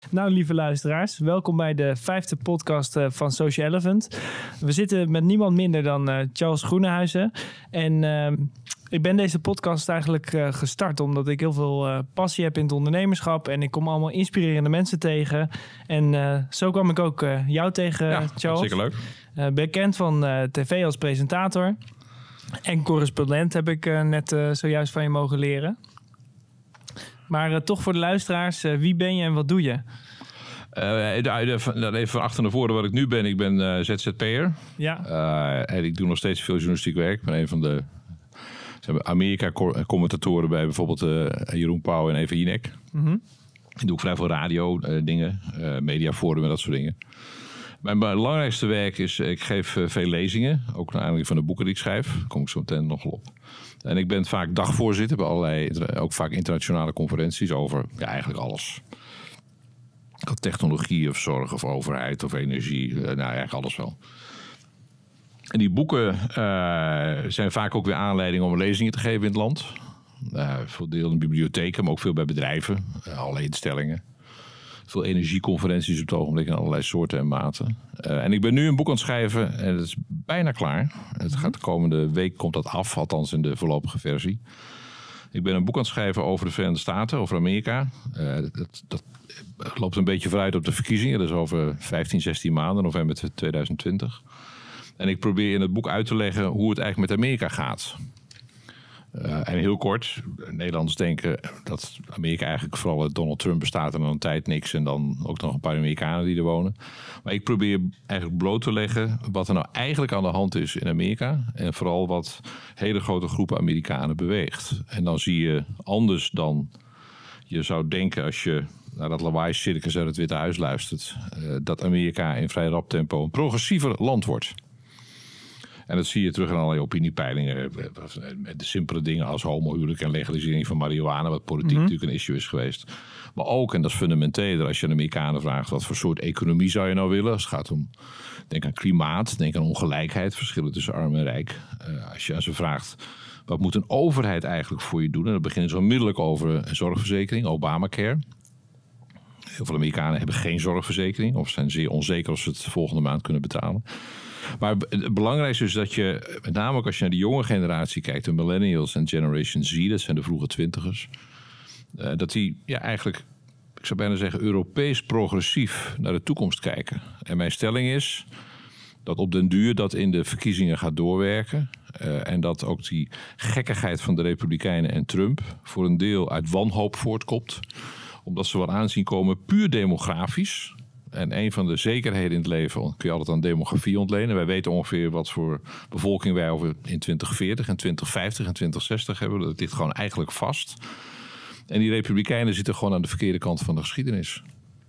Nou, lieve luisteraars, welkom bij de 5e podcast van Social Elephant. We zitten met niemand minder dan Charles Groenehuizen. En ik ben deze podcast eigenlijk gestart omdat ik heel veel passie heb in het ondernemerschap. En ik kom allemaal inspirerende mensen tegen. En zo kwam ik ook jou tegen, Charles. Zeker leuk. Bekend van tv als presentator. En correspondent heb ik net zojuist van je mogen leren. Maar toch voor de luisteraars, wie ben je en wat doe je? Even van achter naar voren wat ik nu ben. Ik ben ZZP'er. Ja. En ik doe nog steeds veel journalistiek werk. Ik ben een van de Amerika-commentatoren bij bijvoorbeeld Jeroen Pauw en Eva Jinek. Mm-hmm. Ik doe ook vrij veel radio dingen, mediaforum en dat soort dingen. Mijn belangrijkste werk is, ik geef veel lezingen. Ook naar aanleiding van de boeken die ik schrijf. Daar kom ik zo meteen nog op. En ik ben vaak dagvoorzitter bij allerlei, ook vaak internationale conferenties over eigenlijk alles. Technologie of zorg of overheid of energie. Eigenlijk alles wel. En die boeken zijn vaak ook weer aanleiding om lezingen te geven in het land. Veel deel in bibliotheken, maar ook veel bij bedrijven. Allerlei instellingen. Veel energieconferenties op het ogenblik in allerlei soorten en maten. En ik ben nu een boek aan het schrijven en het is bijna klaar. Het gaat de komende week komt dat af, althans in de voorlopige versie. Ik ben een boek aan het schrijven over de Verenigde Staten, over Amerika. Dat loopt een beetje vooruit op de verkiezingen. Dat is over 15, 16 maanden, november 2020. En ik probeer in het boek uit te leggen hoe het eigenlijk met Amerika gaat. En heel kort, Nederlanders denken dat Amerika eigenlijk vooral Donald Trump bestaat en dan een tijd niks. En dan ook nog een paar Amerikanen die er wonen. Maar ik probeer eigenlijk bloot te leggen wat er nou eigenlijk aan de hand is in Amerika. En vooral wat hele grote groepen Amerikanen beweegt. En dan zie je anders dan je zou denken als je naar dat lawaai-circus uit het Witte Huis luistert. Dat Amerika in vrij rap tempo een progressiever land wordt. En dat zie je terug in allerlei opiniepeilingen. Met de simpele dingen als homohuwelijk en legalisering van marihuana. Wat politiek natuurlijk een issue is geweest. Maar ook, en dat is fundamenteler, als je aan de Amerikanen vraagt wat voor soort economie zou je nou willen. Als het gaat om, denk aan klimaat, denk aan ongelijkheid, verschillen tussen arm en rijk. Als je aan ze vraagt, wat moet een overheid eigenlijk voor je doen? En dan beginnen ze onmiddellijk over een zorgverzekering, Obamacare. Heel veel Amerikanen hebben geen zorgverzekering of zijn zeer onzeker of ze het volgende maand kunnen betalen. Maar het belangrijkste is dat je, met name ook als je naar de jonge generatie kijkt, de millennials en Generation Z, dat zijn de vroege twintigers, dat die eigenlijk, ik zou bijna zeggen, Europees progressief naar de toekomst kijken. En mijn stelling is dat op den duur dat in de verkiezingen gaat doorwerken. En dat ook die gekkigheid van de Republikeinen en Trump voor een deel uit wanhoop voortkomt. Omdat ze wat aanzien komen puur demografisch. En een van de zekerheden in het leven kun je altijd aan demografie ontlenen. Wij weten ongeveer wat voor bevolking wij over in 2040 en 2050 en 2060 hebben. Dat ligt gewoon eigenlijk vast. En die Republikeinen zitten gewoon aan de verkeerde kant van de geschiedenis.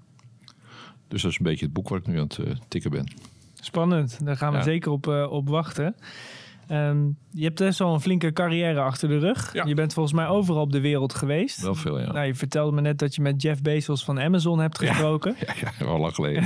Dus dat is een beetje het boek waar ik nu aan het tikken ben. Spannend, daar gaan we zeker op wachten. Je hebt best wel een flinke carrière achter de rug. Ja. Je bent volgens mij overal op de wereld geweest. Wel veel, ja. Nou, je vertelde me net dat je met Jeff Bezos van Amazon hebt gesproken. Ja, wel lang geleden.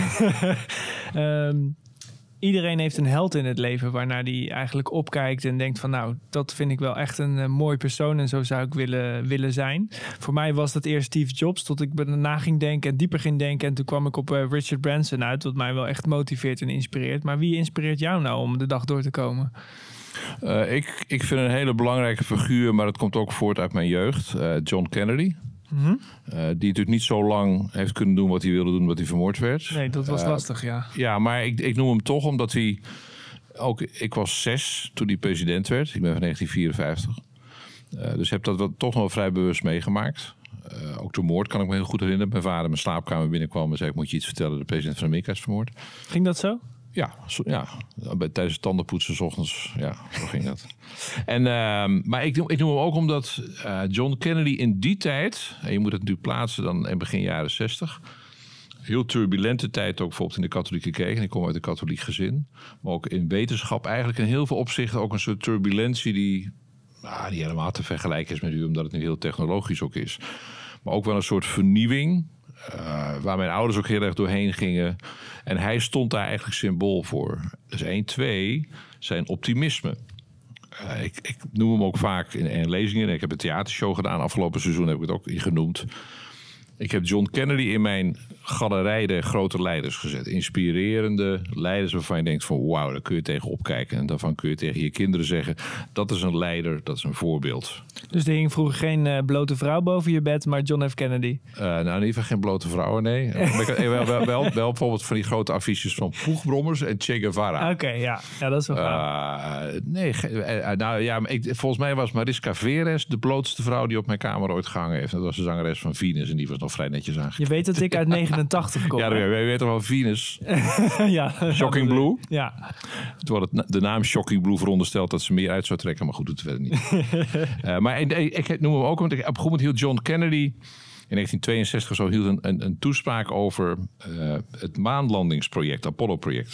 Iedereen heeft een held in het leven waarnaar die eigenlijk opkijkt en denkt van nou, dat vind ik wel echt een mooi persoon en zo zou ik willen zijn. Voor mij was dat eerst Steve Jobs, tot ik na ging denken en dieper ging denken. En toen kwam ik op Richard Branson uit, wat mij wel echt motiveert en inspireert. Maar wie inspireert jou nou om de dag door te komen? Ik vind een hele belangrijke figuur, maar dat komt ook voort uit mijn jeugd. John Kennedy. Mm-hmm. Die natuurlijk niet zo lang heeft kunnen doen wat hij wilde doen, omdat hij vermoord werd. Nee, dat was lastig, ja. Ja, maar ik noem hem toch omdat hij ook... Ik was 6 toen hij president werd. Ik ben van 1954. Dus heb dat toch nog vrij bewust meegemaakt. Ook de moord kan ik me heel goed herinneren. Mijn vader in mijn slaapkamer binnenkwam en zei, moet je iets vertellen, de president van Amerika is vermoord. Ging dat zo? Ja. Tijdens het tandenpoetsen 's ochtends. Ja, zo ging dat. Maar ik noem hem ook omdat John Kennedy in die tijd, en je moet het natuurlijk plaatsen dan in begin jaren 60, heel turbulente tijd ook bijvoorbeeld in de katholieke kerk. En ik kom uit een katholiek gezin. Maar ook in wetenschap eigenlijk in heel veel opzichten ook een soort turbulentie die niet helemaal te vergelijken is met u, omdat het nu heel technologisch ook is. Maar ook wel een soort vernieuwing. Waar mijn ouders ook heel erg doorheen gingen. En hij stond daar eigenlijk symbool voor. Dus 1, 2, zijn optimisme. Ik noem hem ook vaak in lezingen. Ik heb een theatershow gedaan. Afgelopen seizoen heb ik het ook genoemd. Ik heb John Kennedy in mijn galerij de grote leiders gezet. Inspirerende leiders waarvan je denkt van wauw, daar kun je tegen opkijken. En daarvan kun je tegen je kinderen zeggen, dat is een leider, dat is een voorbeeld. Dus er hing vroeger geen blote vrouw boven je bed, maar John F. Kennedy? Nou, in ieder geval geen blote vrouwen, nee. wel bijvoorbeeld van die grote affiches van Poegbrommers en Che Guevara. Oké, ja, dat is wel gaaf. Volgens mij was Mariska Veres de blootste vrouw die op mijn kamer ooit gehangen heeft. Dat was de zangeres van Venus en die was nog vrij netjes aangekleed. Je weet dat ik uit 89 kom. Ja, je weet toch wel Venus? Ja. Shocking Blue? Ja. Terwijl de naam Shocking Blue veronderstelt dat ze meer uit zou trekken. Maar goed, doet het verder niet. Maar ik noem hem ook, want op een gegeven moment hield John Kennedy in 1962 zo een toespraak over het maanlandingsproject, Apollo-project.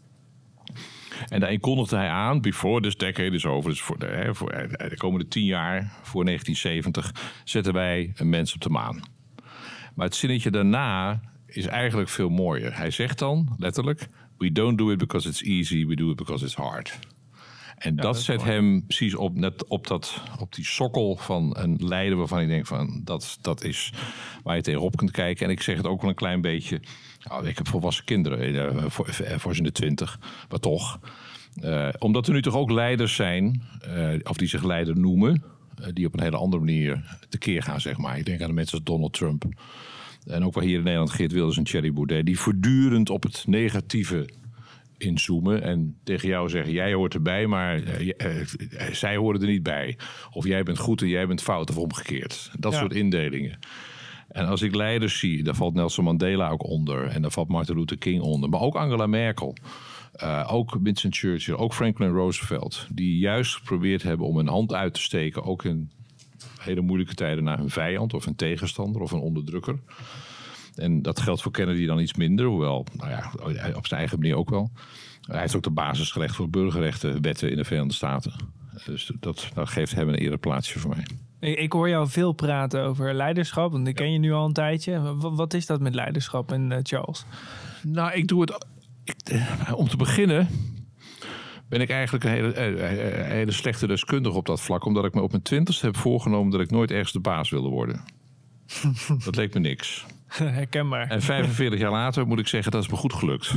En daarin kondigde hij aan, before this decade is over, dus voor de komende 10 jaar, voor 1970, zetten wij een mens op de maan. Maar het zinnetje daarna is eigenlijk veel mooier. Hij zegt dan, letterlijk, we don't do it because it's easy, we do it because it's hard. En dat zet hem precies op die sokkel van een leider waarvan ik denk van dat is waar je tegenop kunt kijken. En ik zeg het ook wel een klein beetje. Ik heb volwassen kinderen, voor ze in de 20, maar toch. Omdat er nu toch ook leiders zijn, of die zich leider noemen, die op een hele andere manier tekeer gaan, zeg maar. Ik denk aan de mensen als Donald Trump. En ook wel hier in Nederland Geert Wilders en Thierry Baudet, die voortdurend op het negatieve inzoomen en tegen jou zeggen, jij hoort erbij, maar zij horen er niet bij. Of jij bent goed en jij bent fout of omgekeerd. Dat soort indelingen. En als ik leiders zie, daar valt Nelson Mandela ook onder en daar valt Martin Luther King onder, maar ook Angela Merkel, ook Winston Churchill, ook Franklin Roosevelt, die juist geprobeerd hebben om een hand uit te steken, ook in hele moeilijke tijden, naar hun vijand of een tegenstander of een onderdrukker. En dat geldt voor Kennedy dan iets minder, hoewel op zijn eigen manier ook wel. Hij heeft ook de basis gelegd voor burgerrechtenwetten in de Verenigde Staten. Dus dat geeft hem een ereplaatsje voor mij. Ik hoor jou veel praten over leiderschap, want ik ken je nu al een tijdje. Wat is dat met leiderschap en Charles? Nou, ik doe het... om te beginnen ben ik eigenlijk een hele slechte deskundige op dat vlak. Omdat ik me op mijn 20ste heb voorgenomen dat ik nooit ergens de baas wilde worden. Dat leek me niks. Herkenbaar. En 45 jaar later moet ik zeggen, dat is me goed gelukt.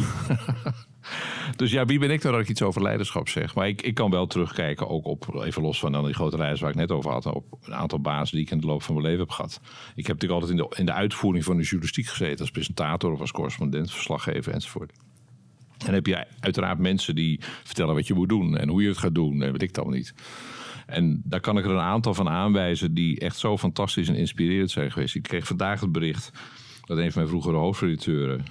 Dus ja, wie ben ik nou dat ik iets over leiderschap zeg? Maar ik kan wel terugkijken, ook op, even los van dan die grote reis waar ik net over had, op een aantal bazen die ik in de loop van mijn leven heb gehad. Ik heb natuurlijk altijd in de uitvoering van de journalistiek gezeten, als presentator of als correspondent, verslaggever enzovoort. En dan heb je uiteraard mensen die vertellen wat je moet doen en hoe je het gaat doen en weet ik het allemaal niet. En daar kan ik er een aantal van aanwijzen die echt zo fantastisch en inspirerend zijn geweest. Ik kreeg vandaag het bericht dat een van mijn vroegere hoofdredacteuren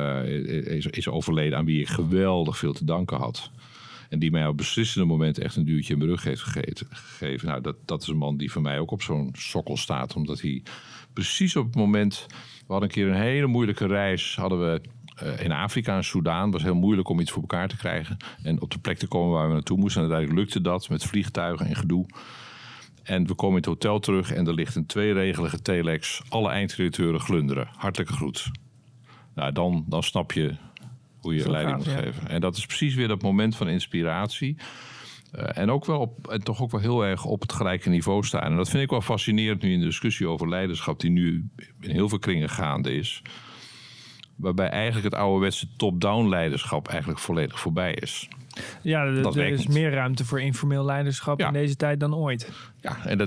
is overleden, aan wie ik geweldig veel te danken had. En die mij op beslissende momenten echt een duwtje in mijn rug heeft gegeven. Nou, dat is een man die voor mij ook op zo'n sokkel staat. Omdat hij precies op het moment... We hadden een keer een hele moeilijke reis. Hadden we in Afrika en Soudaan. Het was heel moeilijk om iets voor elkaar te krijgen. En op de plek te komen waar we naartoe moesten. En uiteindelijk lukte dat met vliegtuigen en gedoe. En we komen in het hotel terug en er ligt een 2-regelige telex. Alle eindredacteuren glunderen. Hartelijke groet. Nou, dan snap je hoe je leiding moet geven. En dat is precies weer dat moment van inspiratie. En ook wel toch ook wel heel erg op het gelijke niveau staan. En dat vind ik wel fascinerend nu in de discussie over leiderschap, die nu in heel veel kringen gaande is. Waarbij eigenlijk het ouderwetse top-down leiderschap eigenlijk volledig voorbij is. Ja, er is meer ruimte voor informeel leiderschap in deze tijd dan ooit. Ja, en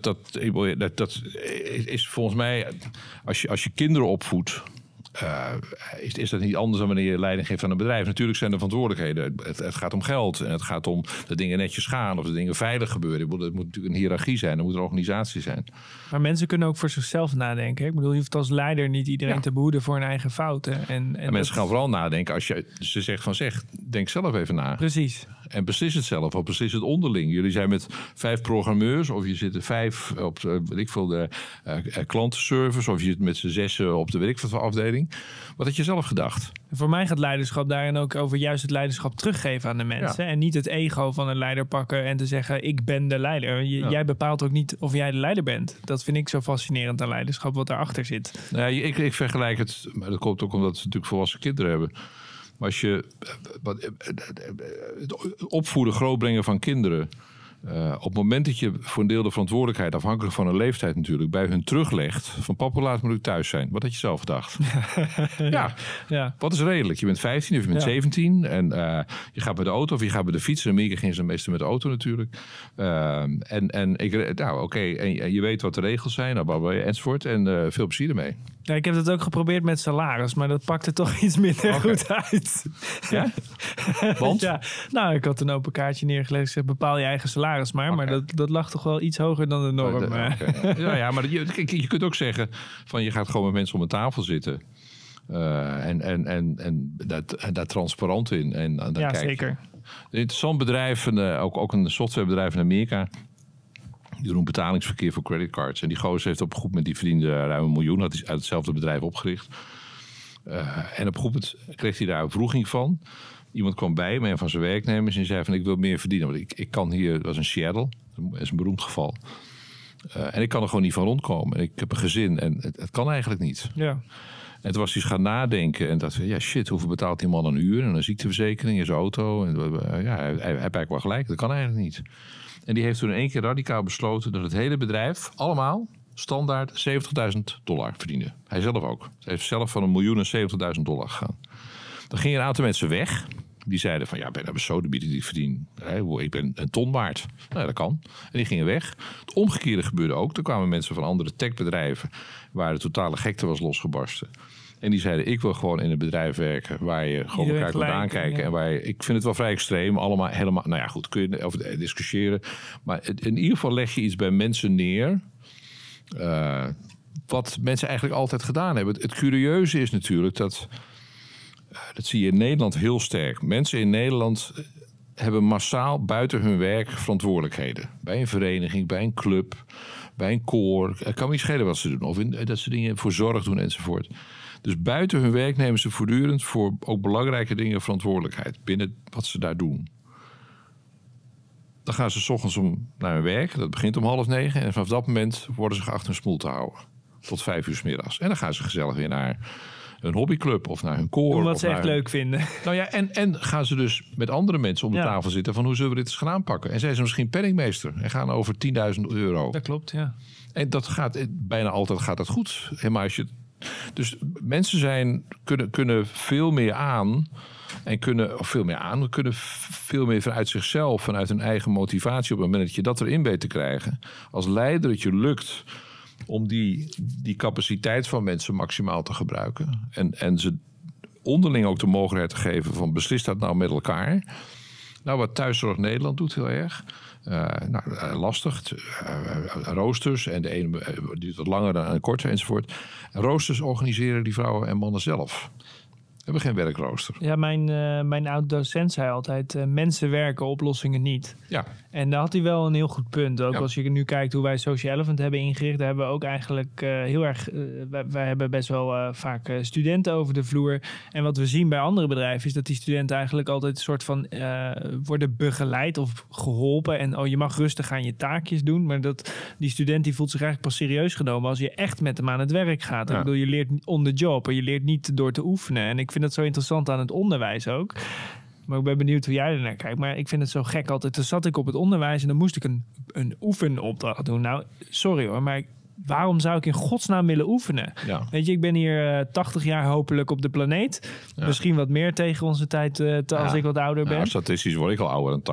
dat is volgens mij, als je kinderen opvoedt, is dat niet anders dan wanneer je leiding geeft aan een bedrijf. Natuurlijk zijn er verantwoordelijkheden. Het gaat om geld en het gaat om dat dingen netjes gaan of dat dingen veilig gebeuren. Het moet natuurlijk een hiërarchie zijn, er moet een organisatie zijn. Maar mensen kunnen ook voor zichzelf nadenken. Ik bedoel, je hoeft als leider niet iedereen te behoeden voor hun eigen fouten. En mensen gaan vooral nadenken als ze zegt van denk zelf even na. Precies. En beslis het zelf, of beslis het onderling. Jullie zijn met 5 programmeurs, of je zit er 5 op de klantenservice, of je zit met z'n 6 op de afdeling. Wat had je zelf gedacht? Voor mij gaat leiderschap daarin ook over juist het leiderschap teruggeven aan de mensen. Ja. En niet het ego van een leider pakken en te zeggen, ik ben de leider. Jij bepaalt ook niet of jij de leider bent. Dat vind ik zo fascinerend aan leiderschap, wat daarachter zit. Nou ja, ik vergelijk het, maar dat komt ook omdat ze natuurlijk volwassen kinderen hebben. Maar als je het opvoeden, grootbrengen van kinderen, Op het moment dat je voor een deel de verantwoordelijkheid, afhankelijk van hun leeftijd natuurlijk, bij hun teruglegt, van papa laat me thuis zijn. Wat had je zelf gedacht? Ja. Wat is redelijk? Je bent 15 of je bent 17 en je gaat met de auto of je gaat met de fiets. In Amerika gingen ze meestal met de auto natuurlijk. En je weet wat de regels zijn, enzovoort. En veel plezier ermee. Ja, ik heb dat ook geprobeerd met salaris, maar dat pakte toch iets minder goed uit. Ja? Want? Ja, nou, ik had een open kaartje neergelegd. Ik zeg, bepaal je eigen salaris maar dat lag toch wel iets hoger dan de norm. Maar je kunt ook zeggen van je gaat gewoon met mensen om een tafel zitten. En daar transparant in. En dan ja, kijk. Zeker. Een interessant bedrijf, ook een softwarebedrijf in Amerika. Die doen betalingsverkeer voor creditcards. En die gozer heeft op een goed moment, die verdiende ruim $1 miljoen. Had hij uit hetzelfde bedrijf opgericht. En op een goed moment kreeg hij daar een vroeging van. Iemand kwam bij me, een van zijn werknemers, en zei van ik wil meer verdienen. Want ik kan hier, dat was in Seattle, dat is een beroemd geval. En ik kan er gewoon niet van rondkomen. En ik heb een gezin en het kan eigenlijk niet. Ja. En toen was hij eens gaan nadenken en dacht ja shit, hoeveel betaalt die man een uur? En een ziekteverzekering in zijn auto. En, hij heeft eigenlijk wel gelijk, dat kan eigenlijk niet. En die heeft toen in één keer radicaal besloten dat het hele bedrijf allemaal standaard $70.000 verdiende. Hij zelf ook. Hij heeft zelf van $1 miljoen naar $70.000 gegaan. Dan gingen een aantal mensen weg. Die zeiden van, ja, ben nou zo, de bieden die ik verdien. Ik ben een ton waard. Nou, dat kan. En die gingen weg. Het omgekeerde gebeurde ook. Er kwamen mensen van andere techbedrijven waar de totale gekte was losgebarsten. En die zeiden, ik wil gewoon in een bedrijf werken waar je gewoon elkaar kunt aankijken. Ja. En waar je, ik vind het wel vrij extreem. Allemaal helemaal, nou ja, goed, kun je over discussiëren. Maar in ieder geval leg je iets bij mensen neer. Wat mensen eigenlijk altijd gedaan hebben. Het curieuze is natuurlijk dat zie je in Nederland heel sterk. Mensen in Nederland hebben massaal buiten hun werk verantwoordelijkheden. Bij een vereniging, bij een club, bij een koor. Het kan me niet schelen wat ze doen. Of dat ze dingen voor zorg doen enzovoort. Dus buiten hun werk nemen ze voortdurend voor ook belangrijke dingen verantwoordelijkheid. Binnen wat ze daar doen. Dan gaan ze 's ochtends naar hun werk. Dat begint om 8:30. En vanaf dat moment worden ze geacht hun smoel te houden. Tot 5:00 's middags. En dan gaan ze gezellig weer naar een hobbyclub of naar hun koor. Doen wat ze echt leuk vinden. Nou ja, en gaan ze dus met andere mensen om de tafel zitten van hoe zullen we dit eens gaan aanpakken. En zijn ze misschien penningmeester en gaan over €10.000. Dat klopt, ja. En dat gaat bijna altijd gaat dat goed. Maar als je, dus mensen kunnen veel meer aan. En kunnen veel meer vanuit zichzelf, vanuit hun eigen motivatie, op het moment dat je dat erin weet te krijgen. Als leider het je lukt om die capaciteit van mensen maximaal te gebruiken. En ze onderling ook de mogelijkheid te geven van beslis dat nou met elkaar. Nou, wat Thuiszorg Nederland doet heel erg. Lastig. Roosters. En de ene duurt wat langer dan een korter enzovoort. Roosters organiseren die vrouwen en mannen zelf. We hebben geen werkrooster. Ja, mijn oud-docent zei altijd, mensen werken, oplossingen niet. Ja. En daar had hij wel een heel goed punt. Ook als je nu kijkt hoe wij Social Elephant hebben ingericht, daar hebben we ook eigenlijk heel erg, wij hebben best wel vaak studenten over de vloer. En wat we zien bij andere bedrijven is dat die studenten eigenlijk altijd een soort van worden begeleid of geholpen. En je mag rustig aan je taakjes doen. Maar die student die voelt zich eigenlijk pas serieus genomen als je echt met hem aan het werk gaat. Ja. Ik bedoel, je leert on the job en je leert niet door te oefenen. En ik vind dat zo interessant aan het onderwijs ook. Maar ik ben benieuwd hoe jij er naar kijkt. Maar ik vind het zo gek altijd. Toen zat ik op het onderwijs en dan moest ik een oefenopdracht doen. Nou, sorry hoor, maar waarom zou ik in godsnaam willen oefenen? Ja. Weet je, ik ben hier 80 jaar hopelijk op de planeet. Ja. Misschien wat meer tegen onze tijd als ik wat ouder ben. Statistisch word ik al ouder dan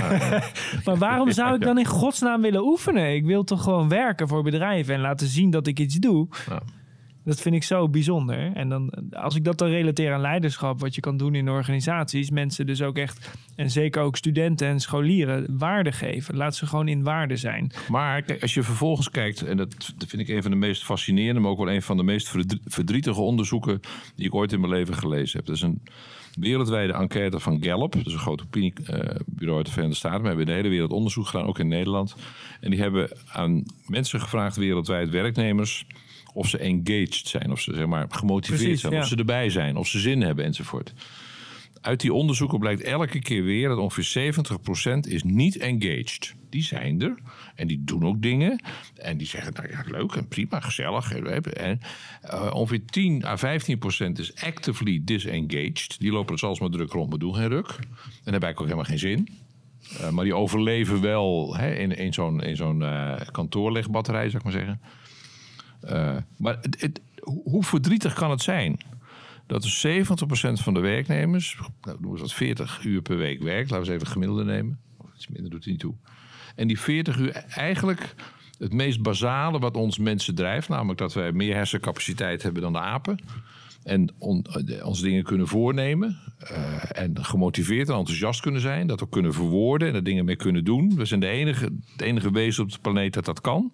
80. Maar waarom zou ik dan in godsnaam willen oefenen? Ik wil toch gewoon werken voor bedrijven en laten zien dat ik iets doe. Ja. Dat vind ik zo bijzonder. En dan, als ik dat dan relateer aan leiderschap, wat je kan doen in organisaties, mensen dus ook echt, en zeker ook studenten en scholieren, waarde geven. Laat ze gewoon in waarde zijn. Maar kijk, als je vervolgens kijkt, en dat vind ik een van de meest fascinerende, maar ook wel een van de meest verdrietige onderzoeken die ik ooit in mijn leven gelezen heb. Dat is een wereldwijde enquête van Gallup. Dat is een groot opiniebureau uit de Verenigde Staten. We hebben in de hele wereld onderzoek gedaan, ook in Nederland. En die hebben aan mensen gevraagd, wereldwijd werknemers, of ze engaged zijn, of ze zeg maar gemotiveerd zijn, of ze erbij zijn, of ze zin hebben enzovoort. Uit die onderzoeken blijkt elke keer weer dat ongeveer 70% is niet engaged. Die zijn er en die doen ook dingen. En die zeggen, nou ja, leuk en prima, gezellig. En ongeveer 10-15% is actively disengaged. Die lopen dus alsmaar druk rond, maar doen geen ruk. En hebben eigenlijk ook helemaal geen zin. Maar die overleven wel in zo'n kantoorlegbatterij, zou ik maar zeggen. Maar hoe verdrietig kan het zijn dat dus 70% van de werknemers, noemen ze dat 40 uur per week werkt, laten we eens even gemiddelde nemen. Iets minder doet hij niet toe. En die 40 uur eigenlijk het meest basale wat ons mensen drijft, namelijk dat wij meer hersencapaciteit hebben dan de apen. En ons dingen kunnen voornemen. En gemotiveerd en enthousiast kunnen zijn. Dat ook kunnen verwoorden en er dingen mee kunnen doen. We zijn het enige wezen op de planeet dat kan.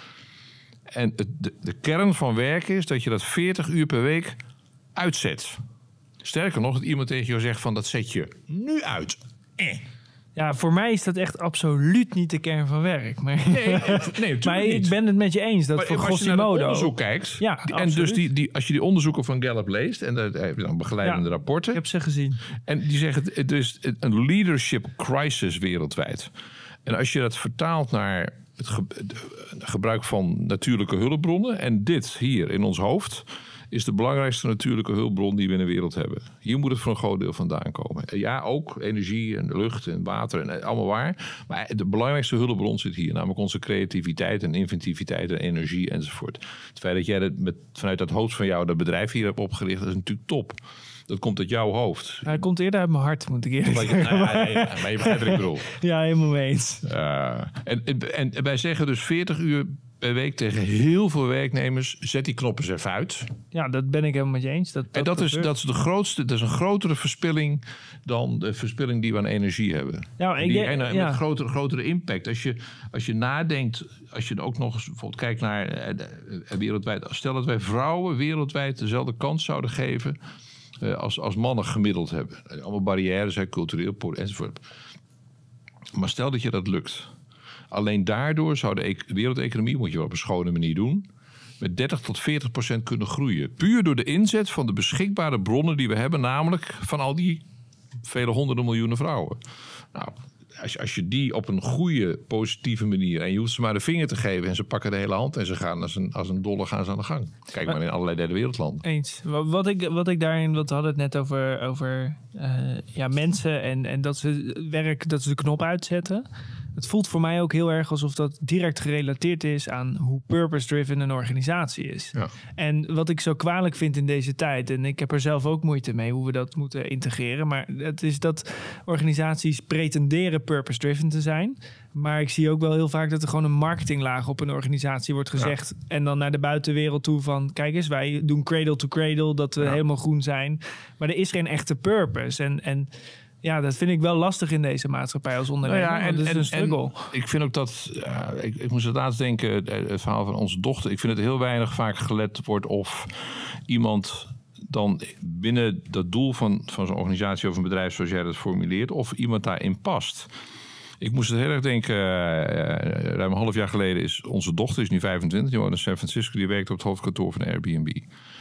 En de kern van werken is dat je dat 40 uur per week uitzet. Sterker nog, dat iemand tegen jou zegt van dat zet je nu uit. Ja, voor mij is dat echt absoluut niet de kern van werk. Maar, nee, maar ik ben het met je eens. Dat maar voor als je naar het Grossimodo onderzoek kijkt. Ja, en dus als je die onderzoeken van Gallup leest. En daar heb je dan begeleidende rapporten. Ik heb ze gezien. En die zeggen het is een leadership crisis wereldwijd. En als je dat vertaalt naar het gebruik van natuurlijke hulpbronnen. En dit hier in ons hoofd is de belangrijkste natuurlijke hulpbron die we in de wereld hebben. Hier moet het voor een groot deel vandaan komen. En ja, ook energie en lucht en water en allemaal waar. Maar de belangrijkste hulpbron zit hier. Namelijk onze creativiteit en inventiviteit en energie enzovoort. Het feit dat jij vanuit dat hoofd van jou dat bedrijf hier hebt opgericht, dat is natuurlijk top. Dat komt uit jouw hoofd. Hij komt eerder uit mijn hart, moet ik eerlijk zeggen. Maar je begrijpt wat ik bedoel. Ja, helemaal mee eens. En wij zeggen dus 40 uur per week tegen heel veel werknemers. Zet die knoppen eens even uit. Ja, dat ben ik helemaal met je eens. Dat is de grootste. Dat is een grotere verspilling dan de verspilling die we aan energie hebben. Ja, met grotere impact. Als je nadenkt, als je ook nog eens bijvoorbeeld kijkt naar wereldwijd. Stel dat wij vrouwen wereldwijd dezelfde kans zouden geven als mannen gemiddeld hebben. Allemaal barrières, cultureel enzovoort. Maar stel dat je dat lukt. Alleen daardoor zou de wereldeconomie, moet je wel op een schone manier doen, met 30-40% kunnen groeien. Puur door de inzet van de beschikbare bronnen die we hebben, namelijk van al die vele honderden miljoenen vrouwen. Nou, als je die op een goede, positieve manier, en je hoeft ze maar de vinger te geven en ze pakken de hele hand en ze gaan als een dolle gaan ze aan de gang. Kijk maar in allerlei derde wereldlanden. Eens. Wat ik daarin, we hadden het net over mensen en dat ze de knop uitzetten. Het voelt voor mij ook heel erg alsof dat direct gerelateerd is aan hoe purpose-driven een organisatie is. Ja. En wat ik zo kwalijk vind in deze tijd, en ik heb er zelf ook moeite mee hoe we dat moeten integreren, maar het is dat organisaties pretenderen purpose-driven te zijn. Maar ik zie ook wel heel vaak dat er gewoon een marketinglaag op een organisatie wordt gezegd. Ja. En dan naar de buitenwereld toe van, kijk eens, wij doen cradle to cradle, dat we helemaal groen zijn. Maar er is geen echte purpose. En ja, dat vind ik wel lastig in deze maatschappij als ondernemer. Dat is een struggle. Ik vind ook dat, ik moest het laatst denken, het verhaal van onze dochter. Ik vind het heel weinig vaak gelet wordt of iemand dan binnen dat doel van zo'n organisatie of een bedrijf, zoals jij dat formuleert, of iemand daarin past. Ik moest het heel erg denken, ruim een half jaar geleden is onze dochter, is nu 25, die woont in San Francisco, die werkt op het hoofdkantoor van Airbnb.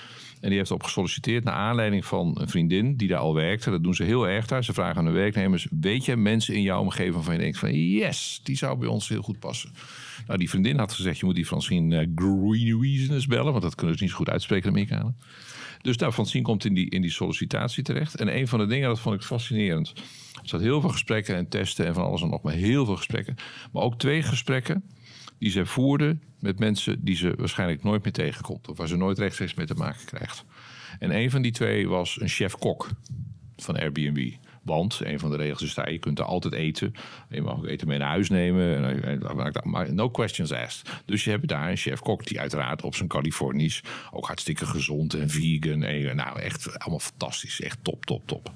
En die heeft op gesolliciteerd naar aanleiding van een vriendin die daar al werkte. Dat doen ze heel erg daar. Ze vragen aan de werknemers, weet je mensen in jouw omgeving waarvan je denkt van yes, die zou bij ons heel goed passen. Nou, die vriendin had gezegd, je moet die Francine Greenweasens bellen, want dat kunnen ze niet zo goed uitspreken, de Amerikanen. Dus Francine komt in die sollicitatie terecht. En een van de dingen, dat vond ik fascinerend. Er zat heel veel gesprekken en testen en van alles en nog maar heel veel gesprekken. Maar ook 2 gesprekken die ze voerden met mensen die ze waarschijnlijk nooit meer tegenkomt. Of waar ze nooit rechtstreeks mee te maken krijgt. En een van die 2 was een chef-kok van Airbnb. Want een van de regels is daar, je kunt er altijd eten. Je mag ook eten mee naar huis nemen. Maar no questions asked. Dus je hebt daar een chef-kok die uiteraard op zijn Californisch ook hartstikke gezond en vegan. Nou, echt allemaal fantastisch. Echt top.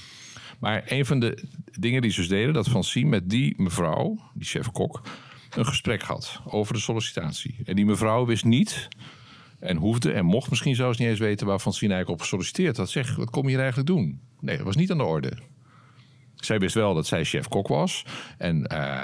Maar een van de dingen die ze dus deden, dat Francine met die mevrouw, die chef-kok, een gesprek had over de sollicitatie. En die mevrouw wist niet en hoefde en mocht misschien zelfs niet eens weten waar Francine eigenlijk op gesolliciteerd had. Zeg, wat kom je hier eigenlijk doen? Nee, dat was niet aan de orde. Zij wist wel dat zij chef-kok was. En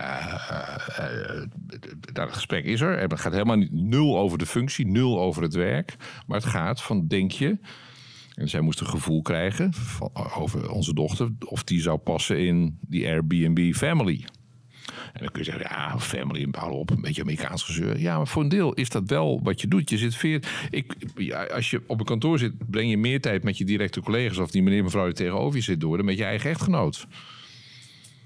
dat gesprek is er. En het gaat helemaal niet 0 over de functie, 0 over het werk. Maar het gaat van, denk je, en zij moest een gevoel krijgen over onze dochter, of die zou passen in die Airbnb family. En dan kun je zeggen, ja, family, hou op, een beetje Amerikaans gezeur. Ja, maar voor een deel is dat wel wat je doet. Je zit als je op een kantoor zit, breng je meer tijd met je directe collega's of die meneer, mevrouw die tegenover je zit door dan met je eigen echtgenoot.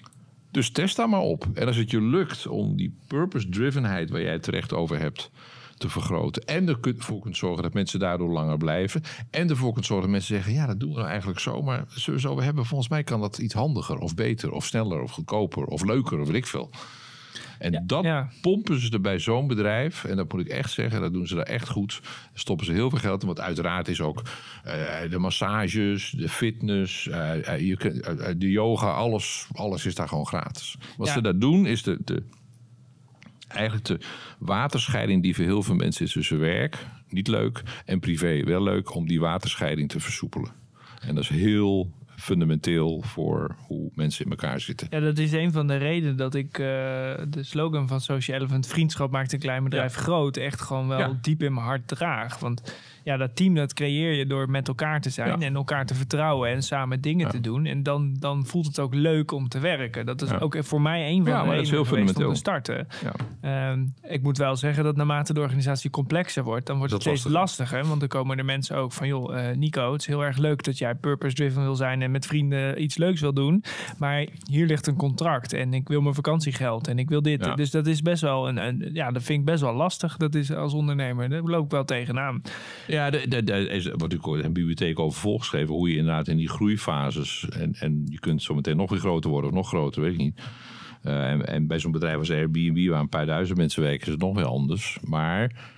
Dus test daar maar op. En als het je lukt om die purpose-drivenheid waar jij het terecht over hebt te vergroten. En ervoor kunt zorgen dat mensen daardoor langer blijven. En ervoor kunt zorgen dat mensen zeggen, ja, dat doen we nou eigenlijk zo. Maar zullen we zo hebben? Volgens mij kan dat iets handiger of beter of sneller of goedkoper of leuker of weet ik veel. En pompen ze er bij zo'n bedrijf. En dat moet ik echt zeggen, dat doen ze daar echt goed. Stoppen ze heel veel geld in. Want uiteraard is ook de massages, de fitness, de yoga, alles is daar gewoon gratis. Wat ze daar doen is eigenlijk de waterscheiding die voor heel veel mensen is tussen werk, niet leuk, en privé wel leuk, om die waterscheiding te versoepelen. En dat is heel fundamenteel voor hoe mensen in elkaar zitten. Ja, dat is een van de redenen dat ik de slogan van Social Elephant, vriendschap maakt een klein bedrijf groot, echt gewoon wel diep in mijn hart draag. Want dat team dat creëer je door met elkaar te zijn en elkaar te vertrouwen en samen dingen te doen. En dan voelt het ook leuk om te werken. Dat is ook voor mij een van de redenen geweest om te starten. Ja. Ik moet wel zeggen dat naarmate de organisatie complexer wordt, dan wordt het steeds lastiger. Want dan komen er mensen ook van, joh, Nico, het is heel erg leuk dat jij purpose-driven wil zijn en met vrienden iets leuks wil doen. Maar hier ligt een contract en ik wil mijn vakantiegeld en ik wil dit. Ja. Dus dat is best wel dat vind ik best wel lastig. Dat is als ondernemer. Daar loop ik wel tegenaan. Ja, er wordt natuurlijk een bibliotheek over volgeschreven hoe je inderdaad in die groeifases en je kunt zo meteen nog weer groter worden of nog groter, weet ik niet. En bij zo'n bedrijf als Airbnb, waar een paar duizend mensen werken, is het nog weer anders. Maar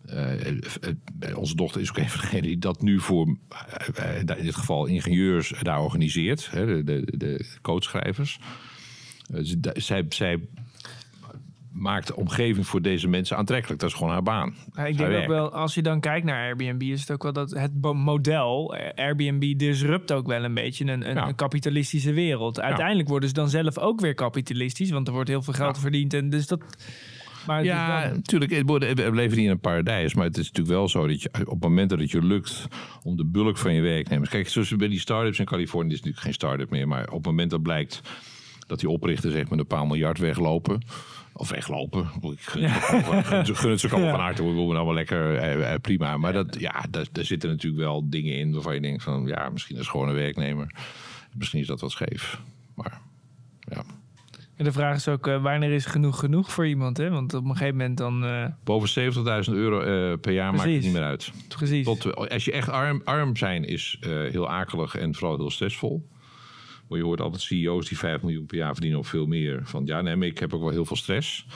onze dochter is ook een van degenen die dat nu voor, in dit geval ingenieurs, daar organiseert. De codeschrijvers. Zij maakt de omgeving voor deze mensen aantrekkelijk. Dat is gewoon haar baan. Ja, ik denk ook wel, als je dan kijkt naar Airbnb, is het ook wel dat het model Airbnb disrupt ook wel een beetje een kapitalistische wereld. Uiteindelijk worden ze dan zelf ook weer kapitalistisch, want er wordt heel veel geld verdiend. En dus dat. Maar natuurlijk. We leven niet in een paradijs, maar het is natuurlijk wel zo dat je op het moment dat het je lukt om de bulk van je werknemers. Kijk, zoals bij die start-ups in Californië, is natuurlijk geen start-up meer, maar op het moment dat blijkt dat die oprichters echt met een paar miljard weglopen. Of weglopen. Ik gun het ze allemaal van harte. We doen allemaal lekker prima. Maar daar zitten natuurlijk wel dingen in waarvan je denkt van, ja, misschien is het gewoon een werknemer. Misschien is dat wat scheef. Maar ja. En de vraag is ook, wanneer is genoeg voor iemand? Hè? Want op een gegeven moment dan. Boven €70.000 per jaar maakt het niet meer uit. Precies. Als je echt arm zijn is heel akelig en vooral heel stressvol. Maar je hoort altijd CEO's die 5 miljoen per jaar verdienen of veel meer. Van maar ik heb ook wel heel veel stress.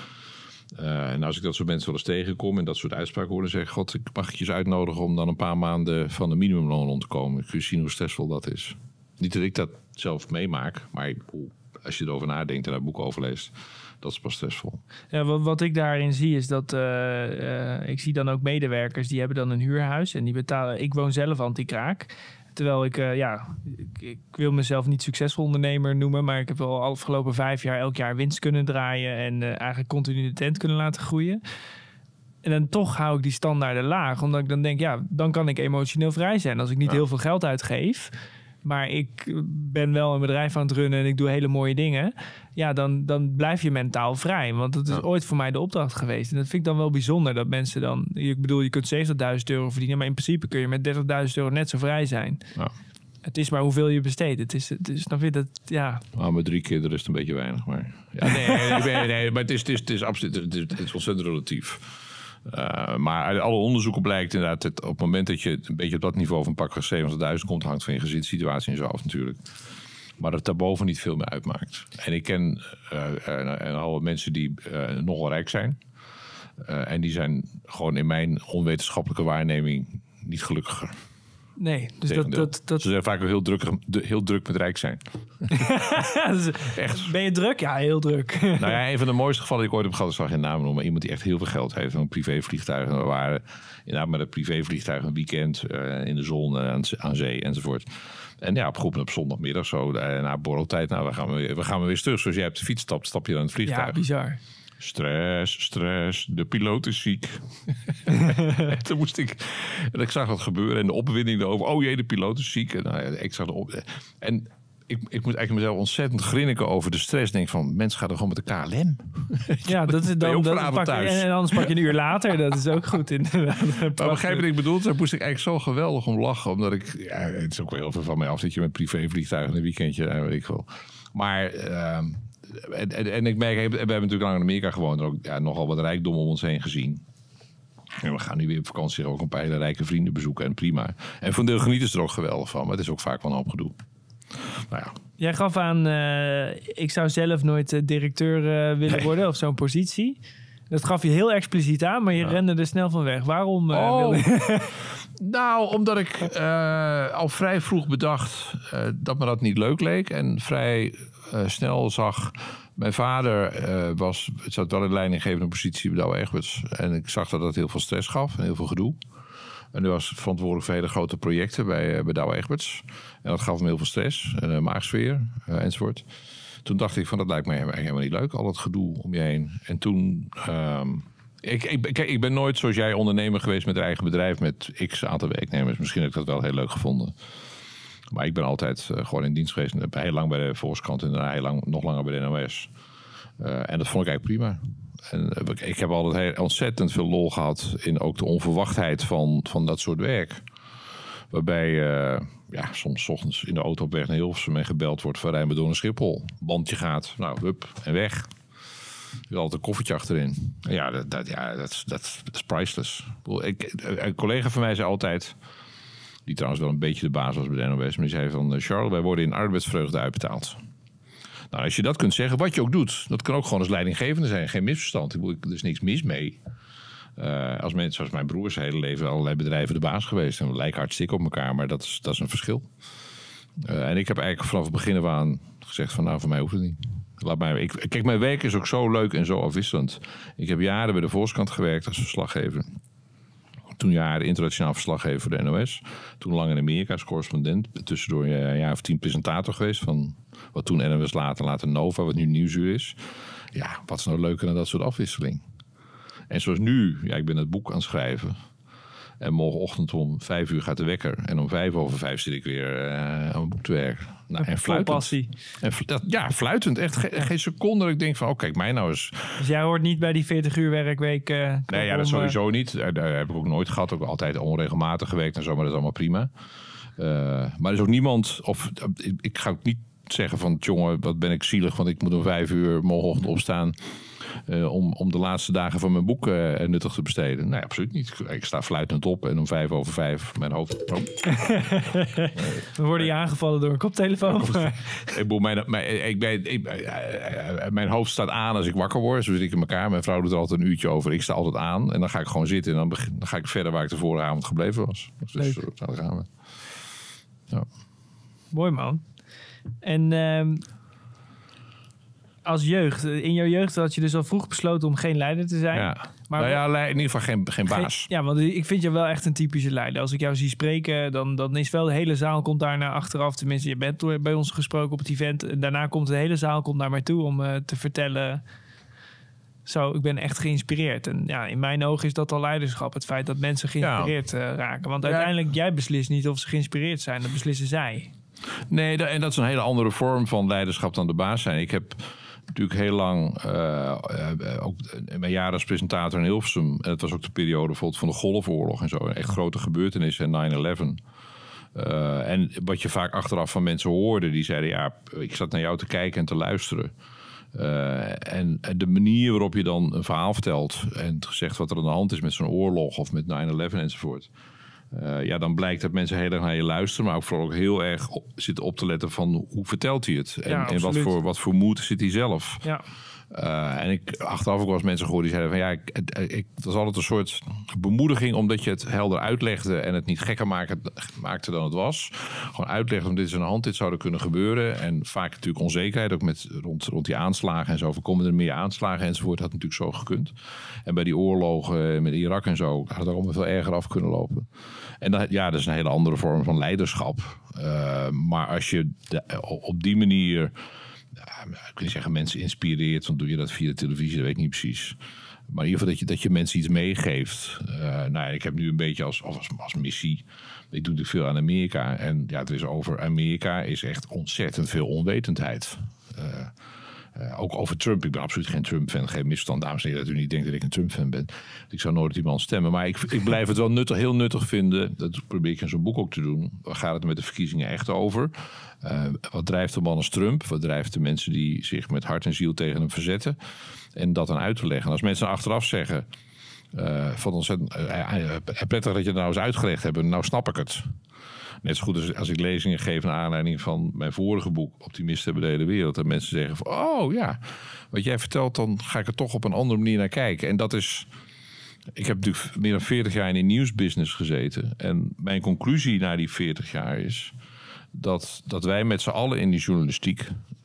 En als ik dat soort mensen wel eens tegenkom en dat soort uitspraken hoor, dan zeg ik, God, ik mag je eens uitnodigen om dan een paar maanden van de minimumloon rond te komen. Kun je zien hoe stressvol dat is. Niet dat ik dat zelf meemaak, maar als je erover nadenkt en daar boeken over leest, dat is pas stressvol. Ja, wat ik daarin zie is dat ik zie dan ook medewerkers die hebben dan een huurhuis en die betalen. Ik woon zelf anti-kraak. Terwijl ik wil mezelf niet succesvol ondernemer noemen, maar ik heb wel de afgelopen 5 jaar elk jaar winst kunnen draaien en eigenlijk continu de tent kunnen laten groeien. En dan toch hou ik die standaarden laag, omdat ik dan denk, dan kan ik emotioneel vrij zijn als ik niet heel veel geld uitgeef. Maar ik ben wel een bedrijf aan het runnen en ik doe hele mooie dingen. Ja, dan blijf je mentaal vrij. Want dat is ooit voor mij de opdracht geweest. En dat vind ik dan wel bijzonder dat mensen dan. Ik bedoel, je kunt €70.000 verdienen. Maar in principe kun je met €30.000 net zo vrij zijn. Ja. Het is maar hoeveel je besteedt. Het is dan vind ik dat, ja. Met 3 kinderen is het een beetje weinig. Maar nee, maar het is absoluut. Het is ontzettend relatief. Maar uit alle onderzoeken blijkt inderdaad dat op het moment dat je een beetje op dat niveau van pakweg 70.000 komt, hangt van je gezinssituatie en zo af natuurlijk. Maar dat daarboven niet veel meer uitmaakt. En ik ken al mensen die nogal rijk zijn. En die zijn gewoon in mijn onwetenschappelijke waarneming niet gelukkiger. Nee, dus dat... Ze zijn vaak heel druk met rijk zijn. Dus, echt. Ben je druk? Ja, heel druk. Nou ja, een van de mooiste gevallen die ik ooit heb gehad, ik zal geen naam noemen, maar iemand die echt heel veel geld heeft, een privévliegtuig. En we waren inderdaad met een privévliegtuig een weekend in de zon, aan zee enzovoort. En op groepen op zondagmiddag zo, na borreltijd, we gaan weer terug. Zoals jij op de fiets stapt, stap je dan in het vliegtuig. Ja, bizar. Stress, de piloot is ziek. Toen moest ik zag dat gebeuren en de opwinding erover. Oh jee, de piloot is ziek. En ik zag en ik moet eigenlijk mezelf ontzettend grinniken over de stress. Denk van, mensen gaan er gewoon met de KLM. Ja, dat is dan en anders pak je een uur later. Dat is ook goed inderdaad. Maar begrijp je wat ik bedoel? Daar moest ik eigenlijk zo geweldig om lachen. Omdat het is ook wel heel veel van mij af dat je met privévliegtuigen een weekendje, weet ik wel. Maar En ik merk, we hebben natuurlijk lang in Amerika gewoond. En ook nogal wat rijkdom om ons heen gezien. En we gaan nu weer op vakantie ook een paar hele rijke vrienden bezoeken. En prima. En voor een deel genieten ze er ook geweldig van. Maar het is ook vaak wel een hoop gedoe. Nou ja. Jij gaf aan, ik zou zelf nooit directeur willen worden of zo'n positie. Dat gaf je heel expliciet aan, maar je rende er snel van weg. Waarom? Nou, omdat ik al vrij vroeg bedacht dat me dat niet leuk leek. En vrij snel zag... Mijn vader zat wel in leidinggevende positie bij Douwe Egberts. En ik zag dat heel veel stress gaf en heel veel gedoe. En hij was verantwoordelijk voor hele grote projecten bij Douwe Egberts. En dat gaf me heel veel stress, maagsfeer enzovoort. Toen dacht ik van dat lijkt me helemaal niet leuk, al dat gedoe om je heen. En toen... Ik ben nooit zoals jij ondernemer geweest met een eigen bedrijf met x aantal werknemers. Misschien heb ik dat wel heel leuk gevonden. Maar ik ben altijd gewoon in dienst geweest. Heel lang bij de Volkskrant en daarna nog langer bij de NOS. En dat vond ik eigenlijk prima. En ik heb altijd ontzettend veel lol gehad in ook de onverwachtheid van dat soort werk. Waarbij soms 's ochtends in de auto op weg naar Hilversum en gebeld wordt van rijden we door naar Schiphol. Bandje gaat, nou hup en weg. Er zit altijd een koffertje achterin. Ja, dat is priceless. Een collega van mij zei altijd... die trouwens wel een beetje de baas was bij de NOS... maar die zei van... Charles, wij worden in arbeidsvreugde uitbetaald. Nou, als je dat kunt zeggen, wat je ook doet... dat kan ook gewoon als leidinggevende zijn. Geen misverstand. Er is niks mis mee. Als mensen, zoals mijn broer, zijn hele leven... allerlei bedrijven de baas geweest. En we lijken hartstikke op elkaar, maar dat is een verschil. En ik heb eigenlijk vanaf het begin af aan gezegd van... nou, voor mij hoeft het niet. Kijk, mijn werk is ook zo leuk en zo afwisselend. Ik heb jaren bij de Volkskrant gewerkt als verslaggever. Toen jaren internationaal verslaggever voor de NOS. Toen lang in Amerika als correspondent. Tussendoor een jaar of 10 presentator geweest van wat toen NOS later Nova, wat nu Nieuwsuur is. Ja, wat is nou leuker dan dat soort afwisseling? En zoals nu, ik ben het boek aan het schrijven. En morgenochtend om 5 uur gaat de wekker. En om 5:05 zit ik weer aan mijn boek te werken. Nou, en fluitend. Passie. En fluitend. Echt geen seconde dat ik denk van, kijk mij nou eens. Dus jij hoort niet bij die 40 uur werkweek? Nee, dat sowieso niet. Daar heb ik ook nooit gehad. Ook altijd onregelmatig gewerkt en zo, maar dat is allemaal prima. Maar er is ook niemand, ik ga ook niet zeggen van, jongen, wat ben ik zielig, want ik moet om 5 uur morgenochtend opstaan. Om de laatste dagen van mijn boek nuttig te besteden. Nee, absoluut niet. Ik sta fluitend op en om 5:05 mijn hoofd... Oh. We worden je aangevallen door een koptelefoon. Mijn hoofd staat aan als ik wakker word. Zo zit ik in elkaar. Mijn vrouw doet er altijd een uurtje over. Ik sta altijd aan. En dan ga ik gewoon zitten. En dan ga ik verder waar ik de vorige avond gebleven was. Dus daar gaan we. Ja. Mooi, man. En... als jeugd, in jouw jeugd had je dus al vroeg besloten om geen leider te zijn. Ja. Maar in ieder geval geen baas. Ja, want ik vind je wel echt een typische leider. Als ik jou zie spreken, dan is wel de hele zaal komt daar naar achteraf. Tenminste, je bent bij ons gesproken op het event. En daarna komt de hele zaal naar mij toe om te vertellen... Zo, ik ben echt geïnspireerd. En ja, in mijn ogen is dat al leiderschap. Het feit dat mensen geïnspireerd raken. Want uiteindelijk, jij beslist niet of ze geïnspireerd zijn. Dat beslissen zij. Nee, en dat is een hele andere vorm van leiderschap dan de baas zijn. Ik heb... natuurlijk heel lang, ook in mijn jaren als presentator in Hilversum... en het was ook de periode bijvoorbeeld van de Golfoorlog en zo... echt grote gebeurtenissen en 9/11. En wat je vaak achteraf van mensen hoorde... die zeiden, ik zat naar jou te kijken en te luisteren. En de manier waarop je dan een verhaal vertelt... en zegt wat er aan de hand is met zo'n oorlog of met 9/11 enzovoort... dan blijkt dat mensen heel erg naar je luisteren... maar ook vooral ook heel erg zitten op te letten van hoe vertelt hij het? En wat voor moed zit hij zelf? Ja. En ik achteraf ook wel eens mensen gehoord die zeiden van... het was altijd een soort bemoediging... omdat je het helder uitlegde en het niet gekker maakte dan het was. Gewoon uitlegde om dit is aan de hand, dit zou er kunnen gebeuren. En vaak natuurlijk onzekerheid, ook rond die aanslagen en zo. Komen er meer aanslagen enzovoort, had natuurlijk zo gekund. En bij die oorlogen met Irak en zo... had het allemaal veel erger af kunnen lopen. En dat is een hele andere vorm van leiderschap. Maar als je op die manier... ik wil niet zeggen mensen inspireert, want doe je dat via de televisie, dat weet ik niet precies. Maar in ieder geval dat je mensen iets meegeeft. Ik heb nu een beetje als missie, ik doe natuurlijk veel aan Amerika. En het is over Amerika is echt ontzettend veel onwetendheid. Ook over Trump. Ik ben absoluut geen Trump-fan. Geen misverstand, dames en heren, dat u niet denkt dat ik een Trump-fan ben. Ik zou nooit iemand stemmen. Maar ik blijf het wel heel nuttig vinden. Dat probeer ik in zo'n boek ook te doen. Waar gaat het met de verkiezingen echt over? Wat drijft de man als Trump? Wat drijft de mensen die zich met hart en ziel tegen hem verzetten? En dat dan uit te leggen. En als mensen achteraf zeggen... van ontzettend prettig dat je het nou eens uitgelegd hebt. Nou snap ik het. Net zo goed als ik lezingen geef naar aanleiding van mijn vorige boek... Optimisten hebben de hele wereld. En mensen zeggen van, oh ja, wat jij vertelt... dan ga ik er toch op een andere manier naar kijken. En dat is... Ik heb natuurlijk meer dan 40 jaar in de nieuwsbusiness gezeten. En mijn conclusie na die 40 jaar is... dat wij met z'n allen in die journalistiek...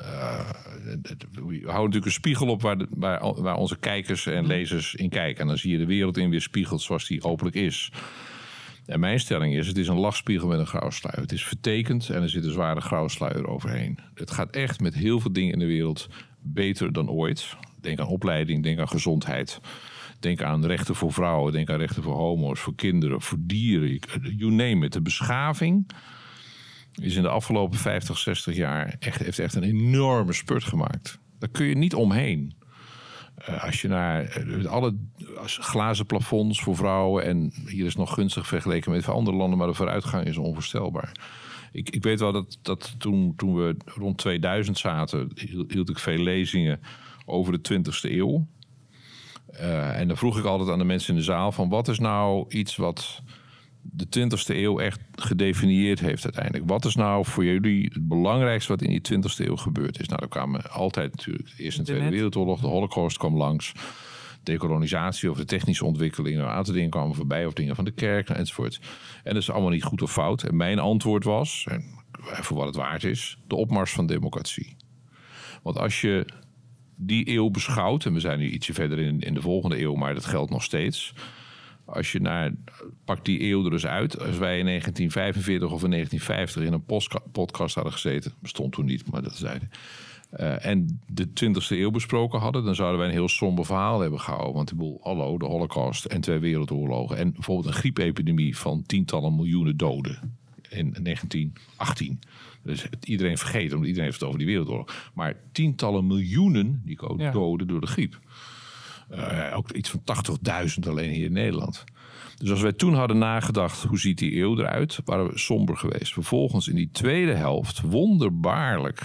we houden natuurlijk een spiegel op waar onze kijkers en lezers in kijken. En dan zie je de wereld in weerspiegeld zoals die hopelijk is. En mijn stelling is, het is een lachspiegel met een grauwsluier. Het is vertekend en er zit een zware grauwsluier overheen. Het gaat echt met heel veel dingen in de wereld beter dan ooit. Denk aan opleiding, denk aan gezondheid. Denk aan rechten voor vrouwen, denk aan rechten voor homo's, voor kinderen, voor dieren. You name it. De beschaving is in de afgelopen 50, 60 jaar heeft echt een enorme spurt gemaakt. Daar kun je niet omheen. Als je naar alle glazen plafonds voor vrouwen... en hier is nog gunstig vergeleken met andere landen... maar de vooruitgang is onvoorstelbaar. Ik weet wel dat toen we rond 2000 zaten... hield ik veel lezingen over de 20e eeuw. En dan vroeg ik altijd aan de mensen in de zaal... van wat is nou iets wat de 20e eeuw echt gedefinieerd heeft uiteindelijk? Wat is nou voor jullie het belangrijkste wat in die 20e eeuw gebeurd is? Nou, er kwamen altijd natuurlijk de Eerste en Tweede Wereldoorlog, de Holocaust kwam langs, dekolonisatie of de technische ontwikkeling. Een aantal dingen kwamen voorbij of dingen van de kerk enzovoort. En dat is allemaal niet goed of fout. En mijn antwoord was, en voor wat het waard is, de opmars van democratie. Want als je die eeuw beschouwt, en we zijn nu ietsje verder in de volgende eeuw, maar dat geldt nog steeds... Als je pak die eeuw er dus uit. Als wij in 1945 of in 1950 in een podcast hadden gezeten... bestond toen niet, maar dat zeiden... en de 20e eeuw besproken hadden... dan zouden wij een heel somber verhaal hebben gehouden. Want de Holocaust en 2 wereldoorlogen... en bijvoorbeeld een griepepidemie van tientallen miljoenen doden... in 1918. Dus iedereen vergeet, omdat iedereen heeft het over die wereldoorlog. Maar tientallen miljoenen die doden door de griep... ook iets van 80.000 alleen hier in Nederland. Dus als wij toen hadden nagedacht, hoe ziet die eeuw eruit, waren we somber geweest. Vervolgens in die tweede helft, wonderbaarlijk,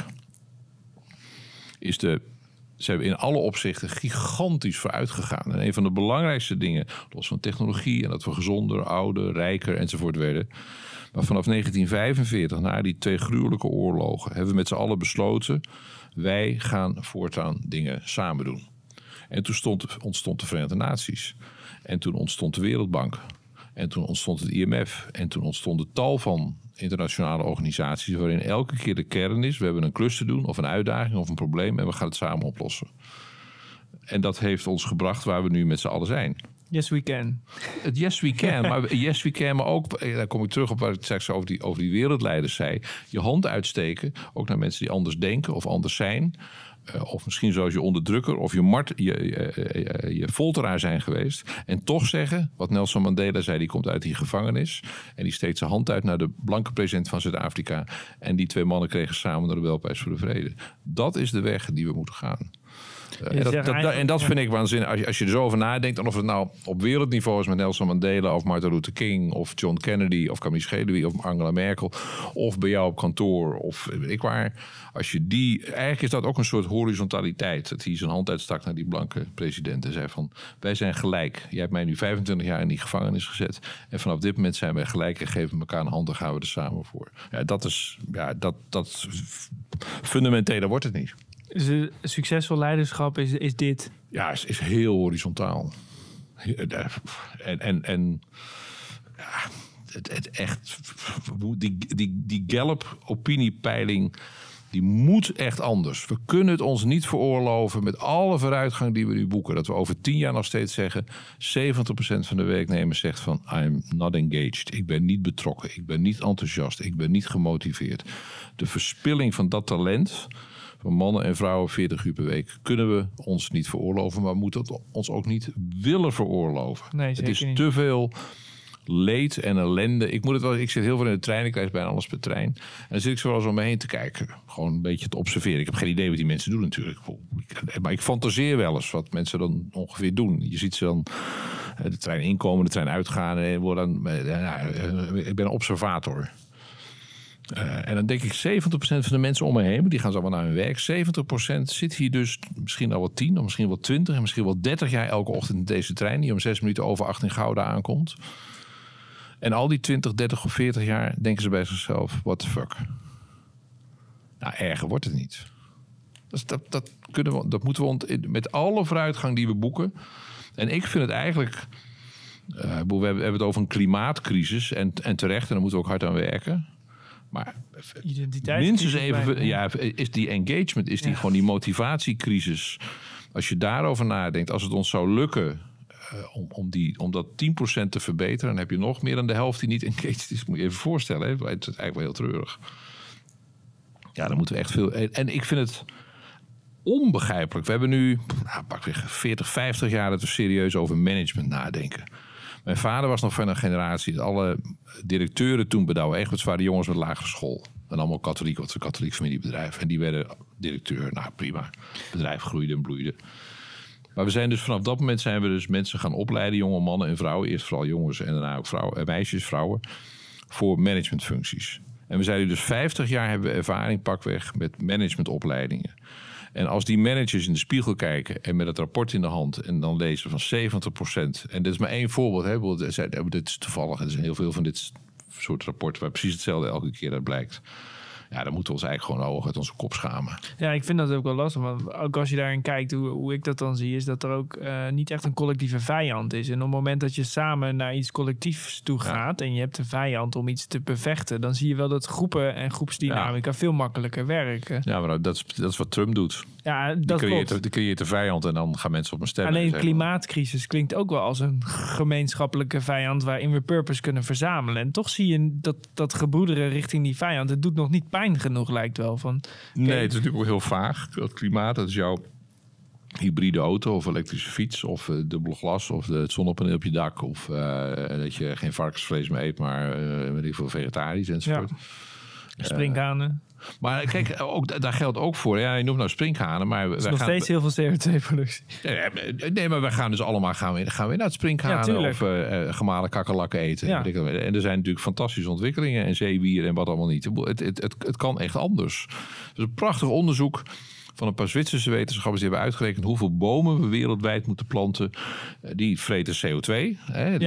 zijn we in alle opzichten gigantisch vooruit gegaan. En een van de belangrijkste dingen, los van technologie en dat we gezonder, ouder, rijker enzovoort werden. Maar vanaf 1945, na die 2 gruwelijke oorlogen, hebben we met z'n allen besloten, wij gaan voortaan dingen samen doen. En toen ontstond de Verenigde Naties. En toen ontstond de Wereldbank. En toen ontstond het IMF. En toen ontstonden tal van internationale organisaties... waarin elke keer de kern is... we hebben een klus te doen of een uitdaging of een probleem... en we gaan het samen oplossen. En dat heeft ons gebracht waar we nu met z'n allen zijn. Yes, we can. Het yes, we can. Maar yes, we can. Maar ook, daar kom ik terug op wat ik straks over die wereldleiders zei. Je hand uitsteken, ook naar mensen die anders denken of anders zijn... of misschien zoals je onderdrukker of je folteraar zijn geweest. En toch zeggen, wat Nelson Mandela zei, die komt uit die gevangenis. En die steekt zijn hand uit naar de blanke president van Zuid-Afrika. En die 2 mannen kregen samen de Nobelprijs voor de Vrede. Dat is de weg die we moeten gaan. En dat vind ik waanzinnig. Als je er zo over nadenkt, dan of het nou op wereldniveau is met Nelson Mandela of Martin Luther King of John Kennedy of Camille Schelewi of Angela Merkel of bij jou op kantoor of weet ik waar. Als je eigenlijk is dat ook een soort horizontaliteit. Dat hij zijn hand uitstak naar die blanke president en zei van, wij zijn gelijk. Jij hebt mij nu 25 jaar in die gevangenis gezet en vanaf dit moment zijn wij gelijk en geven we elkaar een hand en gaan we er samen voor. Ja, dat fundamenteler wordt het niet. Succesvol leiderschap is dit? Ja, is heel horizontaal. En het echt... Die Gallup-opiniepeiling... die moet echt anders. We kunnen het ons niet veroorloven met alle vooruitgang die we nu boeken. Dat we over 10 jaar nog steeds zeggen... 70% van de werknemers zegt van... I'm not engaged. Ik ben niet betrokken. Ik ben niet enthousiast. Ik ben niet gemotiveerd. De verspilling van dat talent... van mannen en vrouwen 40 uur per week... kunnen we ons niet veroorloven... maar moeten het ons ook niet willen veroorloven. Nee, het is niet. te veel leed en ellende. Ik zit heel veel in de trein, ik reis bijna alles per trein. En dan zit ik zo wel eens om me heen te kijken. Gewoon een beetje te observeren. Ik heb geen idee wat die mensen doen natuurlijk. Maar ik fantaseer wel eens wat mensen dan ongeveer doen. Je ziet ze dan de trein inkomen, de trein uitgaan. En ik ben een observator. En dan denk ik 70% van de mensen om me heen, die gaan zo allemaal naar hun werk. 70% zit hier dus misschien al wel 10 of misschien wel 20 en misschien wel 30 jaar elke ochtend in deze trein die om 6 minuten over 8 in Gouda aankomt. En al die 20, 30 of 40 jaar denken ze bij zichzelf, what the fuck. Nou, erger wordt het niet. Dus dat moeten we met alle vooruitgang die we boeken. En ik vind het eigenlijk, we hebben het over een klimaatcrisis en terecht, en daar moeten we ook hard aan werken. Maar minstens even, is die engagement, is die gewoon die motivatiecrisis. Als je daarover nadenkt, als het ons zou lukken om dat 10% te verbeteren, dan heb je nog meer dan de helft die niet engaged is. Moet je even voorstellen, hè? Het is eigenlijk wel heel treurig. Ja, dan moeten we echt veel. En ik vind het onbegrijpelijk. We hebben nu pakweg 40, 50 jaar dat we serieus over management nadenken. Mijn vader was nog van een generatie dat alle directeuren toen bedouwen. Echt, het waren jongens met lagere school. En allemaal katholiek, wat een katholiek familiebedrijf. En die werden directeur. Nou, prima. Het bedrijf groeide en bloeide. Maar we zijn dus vanaf dat moment zijn we dus mensen gaan opleiden, jonge mannen en vrouwen. Eerst vooral jongens en daarna ook meisjes, vrouwen. Voor managementfuncties. En we zijn nu dus 50 jaar hebben we ervaring pakweg met managementopleidingen. En als die managers in de spiegel kijken en met het rapport in de hand en dan lezen van 70%. En dit is maar één voorbeeld. Hè? Dit is toevallig. Er zijn heel veel van dit soort rapporten waar precies hetzelfde elke keer uit blijkt. Ja, dan moeten we ons eigenlijk gewoon ogen uit onze kop schamen. Ja, ik vind dat ook wel lastig. Want ook als je daarin kijkt, hoe ik dat dan zie, is dat er ook niet echt een collectieve vijand is. En op het moment dat je samen naar iets collectiefs toe gaat en je hebt een vijand om iets te bevechten, dan zie je wel dat groepen en groepsdynamica veel makkelijker werken. Ja, maar dat is wat Trump doet. Ja, dat klopt. Die creëert de vijand en dan gaan mensen op een stemmen. Alleen klimaatcrisis klinkt ook wel als een gemeenschappelijke vijand waarin we purpose kunnen verzamelen. En toch zie je dat gebroederen richting die vijand, het doet nog niet pijn genoeg, lijkt wel. Nee, het is natuurlijk ook heel vaag. Dat klimaat, dat is jouw hybride auto of elektrische fiets of dubbel glas of het zonnepaneel op je dak of dat je geen varkensvlees meer eet, maar weet ik veel, vegetarisch enzovoort. Ja. Sprinkhanen. Maar kijk, daar geldt ook voor. Ja, je noemt nou sprinkhanen, maar er is nog steeds heel veel CO2-productie. Nee, maar we gaan dus allemaal gaan we naar het sprinkhanen of gemalen kakkerlakken eten. Ja. En er zijn natuurlijk fantastische ontwikkelingen en zeewieren en wat allemaal niet. Het kan echt anders. Dus een prachtig onderzoek van een paar Zwitserse wetenschappers die hebben uitgerekend hoeveel bomen we wereldwijd moeten planten. Die vreten CO2.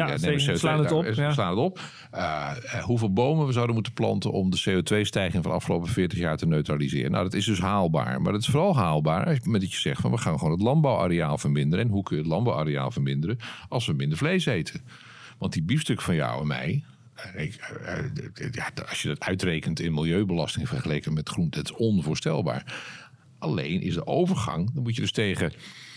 Slaan het op. Hoeveel bomen we zouden moeten planten om de CO2-stijging van de afgelopen 40 jaar te neutraliseren. Nou, dat is dus haalbaar. Maar dat is vooral haalbaar met dat je zegt van we gaan gewoon het landbouwareaal verminderen. En hoe kun je het landbouwareaal verminderen als we minder vlees eten? Want die biefstuk van jou en mij, als je dat uitrekent in milieubelasting vergeleken met groente, het is onvoorstelbaar. Alleen is de overgang, dan moet je dus tegen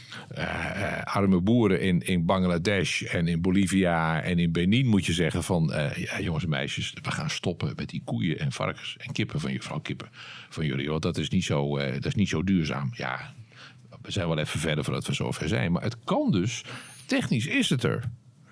arme boeren in Bangladesh en in Bolivia en in Benin moet je zeggen van jongens en meisjes, we gaan stoppen met die koeien en varkens en kippen van jullie. Want dat is niet zo duurzaam. Ja, we zijn wel even verder voordat we zover zijn. Maar het kan dus, technisch is het er.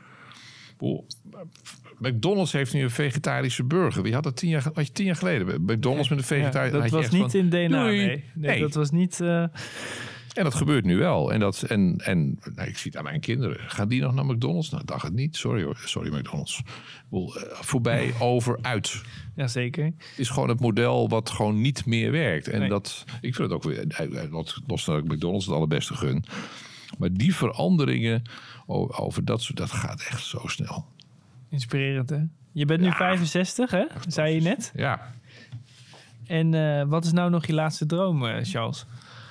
McDonald's heeft nu een vegetarische burger. Wie had dat 10 jaar geleden? McDonald's met een vegetarische... dat was niet in DNA, nee. Dat was niet... En dat gebeurt nu wel. En ik zie het aan mijn kinderen. Gaan die nog naar McDonald's? Nou, dacht het niet. Sorry McDonald's. Voorbij, over, uit. Jazeker. Het is gewoon het model wat gewoon niet meer werkt. En ik vind het ook weer... Los dat ik McDonald's het allerbeste gun. Maar die veranderingen over dat gaat echt zo snel. Inspirerend, hè? Je bent nu 65, hè? Zei je net. Ja. En wat is nou nog je laatste droom, Charles?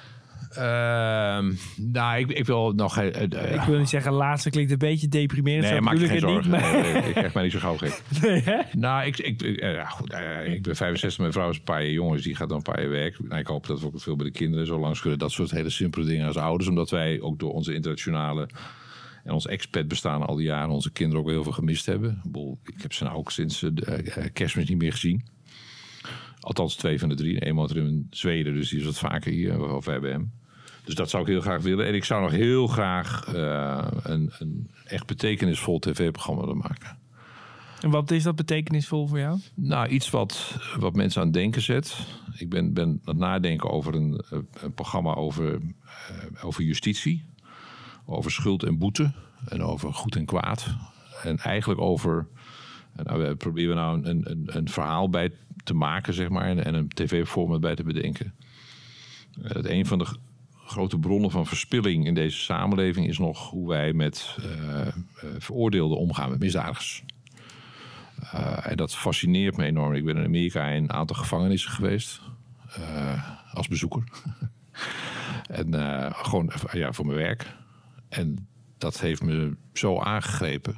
Ik wil nog... ik wil niet zeggen, laatste klinkt een beetje deprimerend. Nee, maak je geen zorgen. Maar... Ik krijg mij niet zo gauw gek. Nee, hè? Nou, ik ben 65, mijn vrouw is een paar jaar jonger, dus die gaat dan een paar jaar werk. Nou, ik hoop dat we ook veel bij de kinderen zo langs kunnen. Dat soort hele simpele dingen als ouders. Omdat wij ook door onze internationale en ons expat bestaan al die jaren onze kinderen ook heel veel gemist hebben. Ik heb ze nou ook sinds Kerstmis niet meer gezien. Althans 2 van de 3. Een woont er in Zweden, dus die is wat vaker hier. Of we hebben hem. Dus dat zou ik heel graag willen. En ik zou nog heel graag een echt betekenisvol tv-programma willen maken. En wat is dat betekenisvol voor jou? Nou, iets wat mensen aan het denken zet. Ik ben aan het nadenken over een programma over justitie. Over schuld en boete. En over goed en kwaad. En eigenlijk over... we proberen nou een verhaal bij te maken, zeg maar. En een tv-format bij te bedenken. Dat een van de grote bronnen van verspilling in deze samenleving is nog hoe wij met veroordeelden omgaan, met misdadigers. En dat fascineert me enorm. Ik ben in Amerika in een aantal gevangenissen geweest. Als bezoeker. En gewoon voor mijn werk. En dat heeft me zo aangegrepen.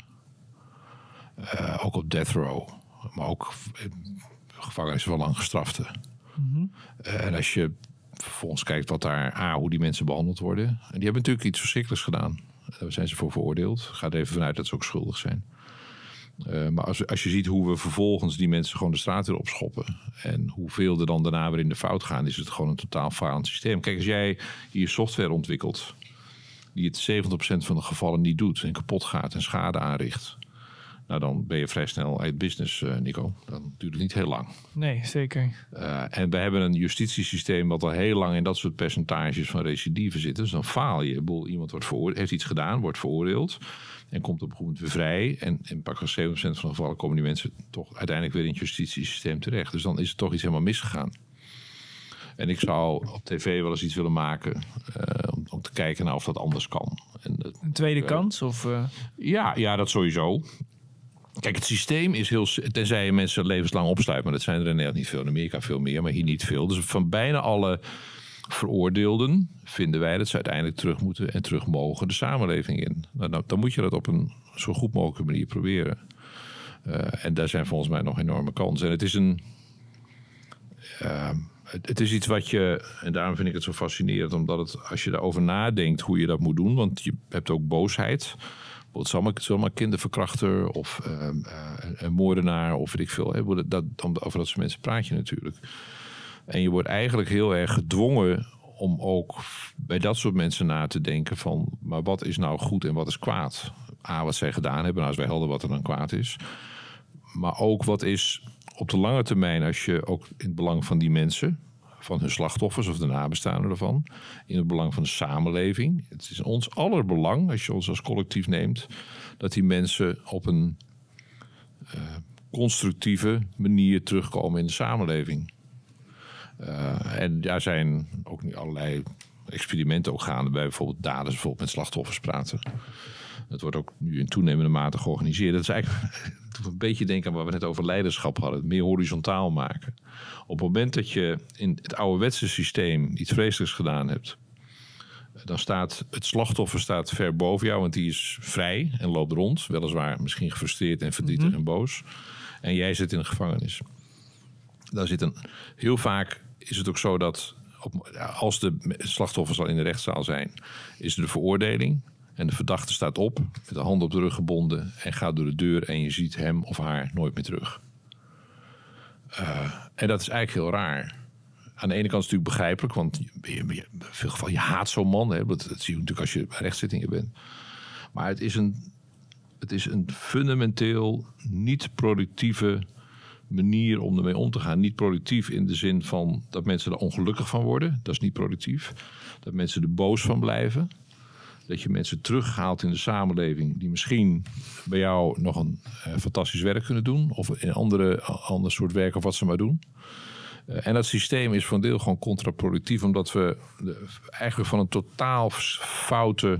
Ook op death row. Maar ook gevangenissen van lang gestraften. Mm-hmm. En als je vervolgens kijkt wat hoe die mensen behandeld worden. En die hebben natuurlijk iets verschrikkelijks gedaan. Daar zijn ze voor veroordeeld. Ga er even vanuit dat ze ook schuldig zijn. Maar als je ziet hoe we vervolgens die mensen gewoon de straat weer opschoppen. En hoeveel er dan daarna weer in de fout gaan. Is het gewoon een totaal falend systeem. Kijk, als jij hier software ontwikkelt. Die het 70% van de gevallen niet doet. En kapot gaat en schade aanricht. Nou, dan ben je vrij snel uit business, Nico. Dan duurt het niet heel lang. Nee, zeker. En we hebben een justitiesysteem wat al heel lang in dat soort percentages van recidive zit. Dus dan faal je. Iemand wordt veroordeeld, heeft iets gedaan, wordt veroordeeld. En komt op een gegeven moment weer vrij. En in pakweg 70% van de gevallen komen die mensen toch uiteindelijk weer in het justitiesysteem terecht. Dus dan is er toch iets helemaal misgegaan. En ik zou op tv wel eens iets willen maken om te kijken naar of dat anders kan. Een tweede kans? Of, Ja, dat sowieso. Kijk, het systeem is heel... Tenzij je mensen levenslang opsluit, maar dat zijn er in Nederland niet veel. In Amerika veel meer, maar hier niet veel. Dus van bijna alle veroordeelden vinden wij dat ze uiteindelijk terug moeten en terug mogen de samenleving in. Nou, dan moet je dat op een zo goed mogelijke manier proberen. En daar zijn volgens mij nog enorme kansen. En het is het is iets wat je... En daarom vind ik het zo fascinerend, omdat als je daarover nadenkt hoe je dat moet doen, want je hebt ook boosheid. Het zal maar kinderverkrachter of een moordenaar of weet ik veel. Over dat soort mensen praat je natuurlijk. En je wordt eigenlijk heel erg gedwongen om ook bij dat soort mensen na te denken van... maar wat is nou goed en wat is kwaad? Wat zij gedaan hebben, nou is wel helder wat er dan kwaad is. Maar ook wat is op de lange termijn, als je ook in het belang van die mensen... van hun slachtoffers of de nabestaanden ervan... in het belang van de samenleving. Het is ons aller belang, als je ons als collectief neemt... dat die mensen op een constructieve manier terugkomen in de samenleving. En daar zijn ook nu allerlei experimenten ook gaande... bij bijvoorbeeld daders bijvoorbeeld met slachtoffers praten. Dat wordt ook nu in toenemende mate georganiseerd. Dat is eigenlijk een beetje denken aan waar we net over leiderschap hadden. Het meer horizontaal maken. Op het moment dat je in het ouderwetse systeem iets vreselijks gedaan hebt... dan staat het slachtoffer ver boven jou, want die is vrij en loopt rond. Weliswaar misschien gefrustreerd en verdrietig en boos. En jij zit in een gevangenis. Heel vaak is het ook zo dat als de slachtoffers al in de rechtszaal zijn... is er de veroordeling... En de verdachte staat op, met de handen op de rug gebonden... en gaat door de deur en je ziet hem of haar nooit meer terug. En dat is eigenlijk heel raar. Aan de ene kant is het natuurlijk begrijpelijk... want in veel gevallen, je haat zo'n man. Hè? Dat zie je natuurlijk als je bij rechtszittingen bent. Maar het is een fundamenteel niet productieve manier om ermee om te gaan. Niet productief in de zin van dat mensen er ongelukkig van worden. Dat is niet productief. Dat mensen er boos van blijven... Dat je mensen terughaalt in de samenleving... die misschien bij jou nog een fantastisch werk kunnen doen... of in ander soort werk of wat ze maar doen. En dat systeem is voor een deel gewoon contraproductief... omdat we eigenlijk van een totaal foute...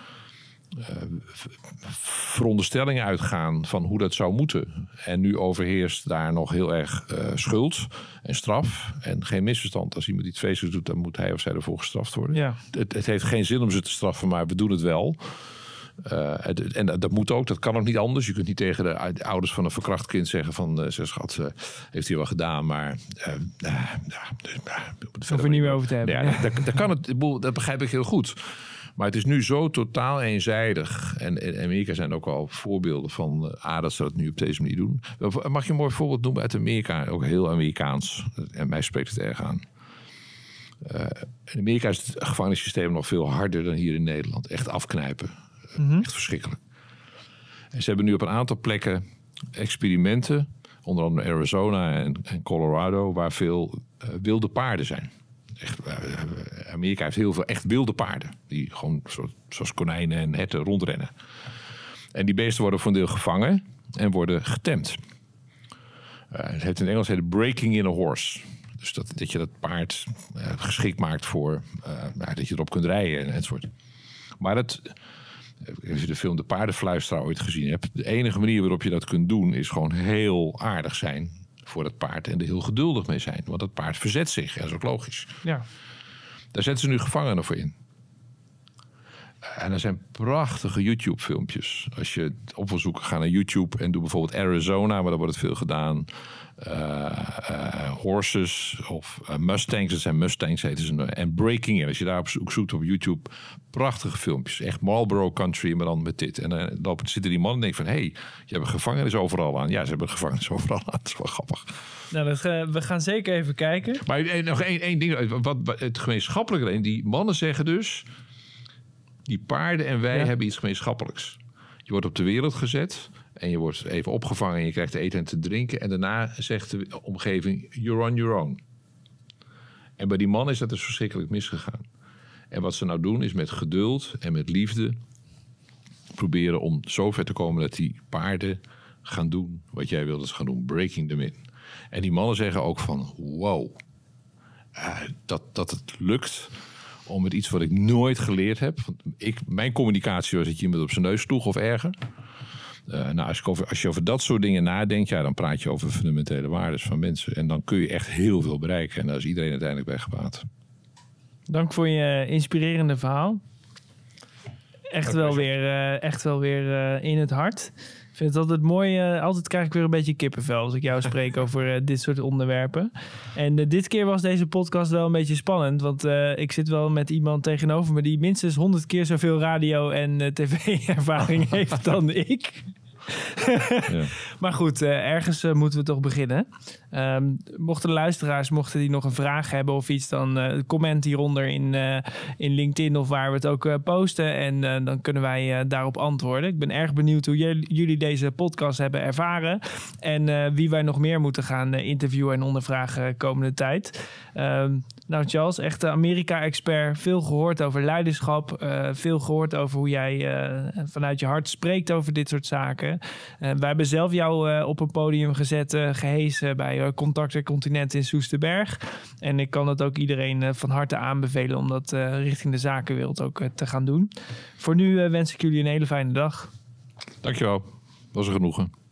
veronderstellingen uitgaan van hoe dat zou moeten. En nu overheerst daar nog heel erg schuld en straf. En geen misverstand. Als iemand iets vreselijks doet, dan moet hij of zij ervoor gestraft worden. Ja. Het heeft geen zin om ze te straffen, maar we doen het wel. En dat moet ook, dat kan ook niet anders. Je kunt niet tegen de ouders van een verkracht kind zeggen van... schat, heeft hij wel gedaan, maar... Hoef er niet meer over te hebben. Ja, dat kan het, dat begrijp ik heel goed. Maar het is nu zo totaal eenzijdig. En in Amerika zijn er ook al voorbeelden van... dat ze dat nu op deze manier doen. Mag je een mooi voorbeeld noemen uit Amerika? Ook heel Amerikaans. En mij spreekt het erg aan. In Amerika is het gevangenissysteem nog veel harder dan hier in Nederland. Echt afknijpen. Echt verschrikkelijk. En ze hebben nu op een aantal plekken experimenten, onder andere Arizona en Colorado, waar veel wilde paarden zijn. Amerika heeft heel veel echt wilde paarden. Die gewoon zoals konijnen en herten rondrennen. En die beesten worden voor een deel gevangen en worden getemd. Het heeft in het Engels breaking in a horse. Dus dat je dat paard geschikt maakt voor dat je erop kunt rijden enzovoort. Maar als je de film De Paardenfluisteraar ooit gezien hebt, de enige manier waarop je dat kunt doen is gewoon heel aardig zijn voor dat paard en er heel geduldig mee zijn. Want dat paard verzet zich, dat is ook logisch. Ja. Daar zetten ze nu gevangenen voor in. En er zijn prachtige YouTube-filmpjes. Als je op wil zoeken, ga naar YouTube en doe bijvoorbeeld Arizona, maar daar wordt het veel gedaan. Horses of Mustangs, dat zijn Mustangs heten ze. En Breaking In, als je daar op zoekt op YouTube, prachtige filmpjes. Echt Marlboro Country, maar dan met dit. En dan zitten die mannen en denken van, je hebt gevangenis overal aan. Ja, ze hebben gevangenis overal aan. Dat is wel grappig. Nou, we gaan zeker even kijken. Maar nog één ding, wat het gemeenschappelijke, die mannen zeggen dus, die paarden en wij hebben iets gemeenschappelijks. Je wordt op de wereld gezet en je wordt even opgevangen en je krijgt te eten en te drinken. En daarna zegt de omgeving, you're on your own. En bij die man is dat dus verschrikkelijk misgegaan. En wat ze nou doen is met geduld en met liefde proberen om zover te komen dat die paarden gaan doen wat jij wilde gaan doen. Breaking them in. En die mannen zeggen ook van, wow, dat het lukt om met iets wat ik nooit geleerd heb. Mijn communicatie was dat je iemand op zijn neus sloeg of erger. Als je over dat soort dingen nadenkt, dan praat je over fundamentele waarden van mensen. En dan kun je echt heel veel bereiken. En daar is iedereen uiteindelijk bij gebaat. Dank voor je inspirerende verhaal. Echt wel weer in het hart. Ik vind het altijd mooi. Altijd krijg ik weer een beetje kippenvel als ik jou spreek over dit soort onderwerpen. En dit keer was deze podcast wel een beetje spannend. Want ik zit wel met iemand tegenover me die minstens 100 keer zoveel radio- en tv-ervaring heeft dan ik. Ja. Maar goed, ergens moeten we toch beginnen. Mochten de luisteraars die nog een vraag hebben of iets, dan comment hieronder in LinkedIn of waar we het ook posten. En dan kunnen wij daarop antwoorden. Ik ben erg benieuwd hoe jullie deze podcast hebben ervaren. En wie wij nog meer moeten gaan interviewen en ondervragen komende tijd. Nou Charles, echt Amerika-expert. Veel gehoord over leiderschap. Veel gehoord over hoe jij vanuit je hart spreekt over dit soort zaken. Wij hebben zelf jou op een podium gezet, gehesen bij Contacter Continent in Soesterberg. En ik kan het ook iedereen van harte aanbevelen om dat richting de zakenwereld ook te gaan doen. Voor nu wens ik jullie een hele fijne dag. Dankjewel. Was een genoegen.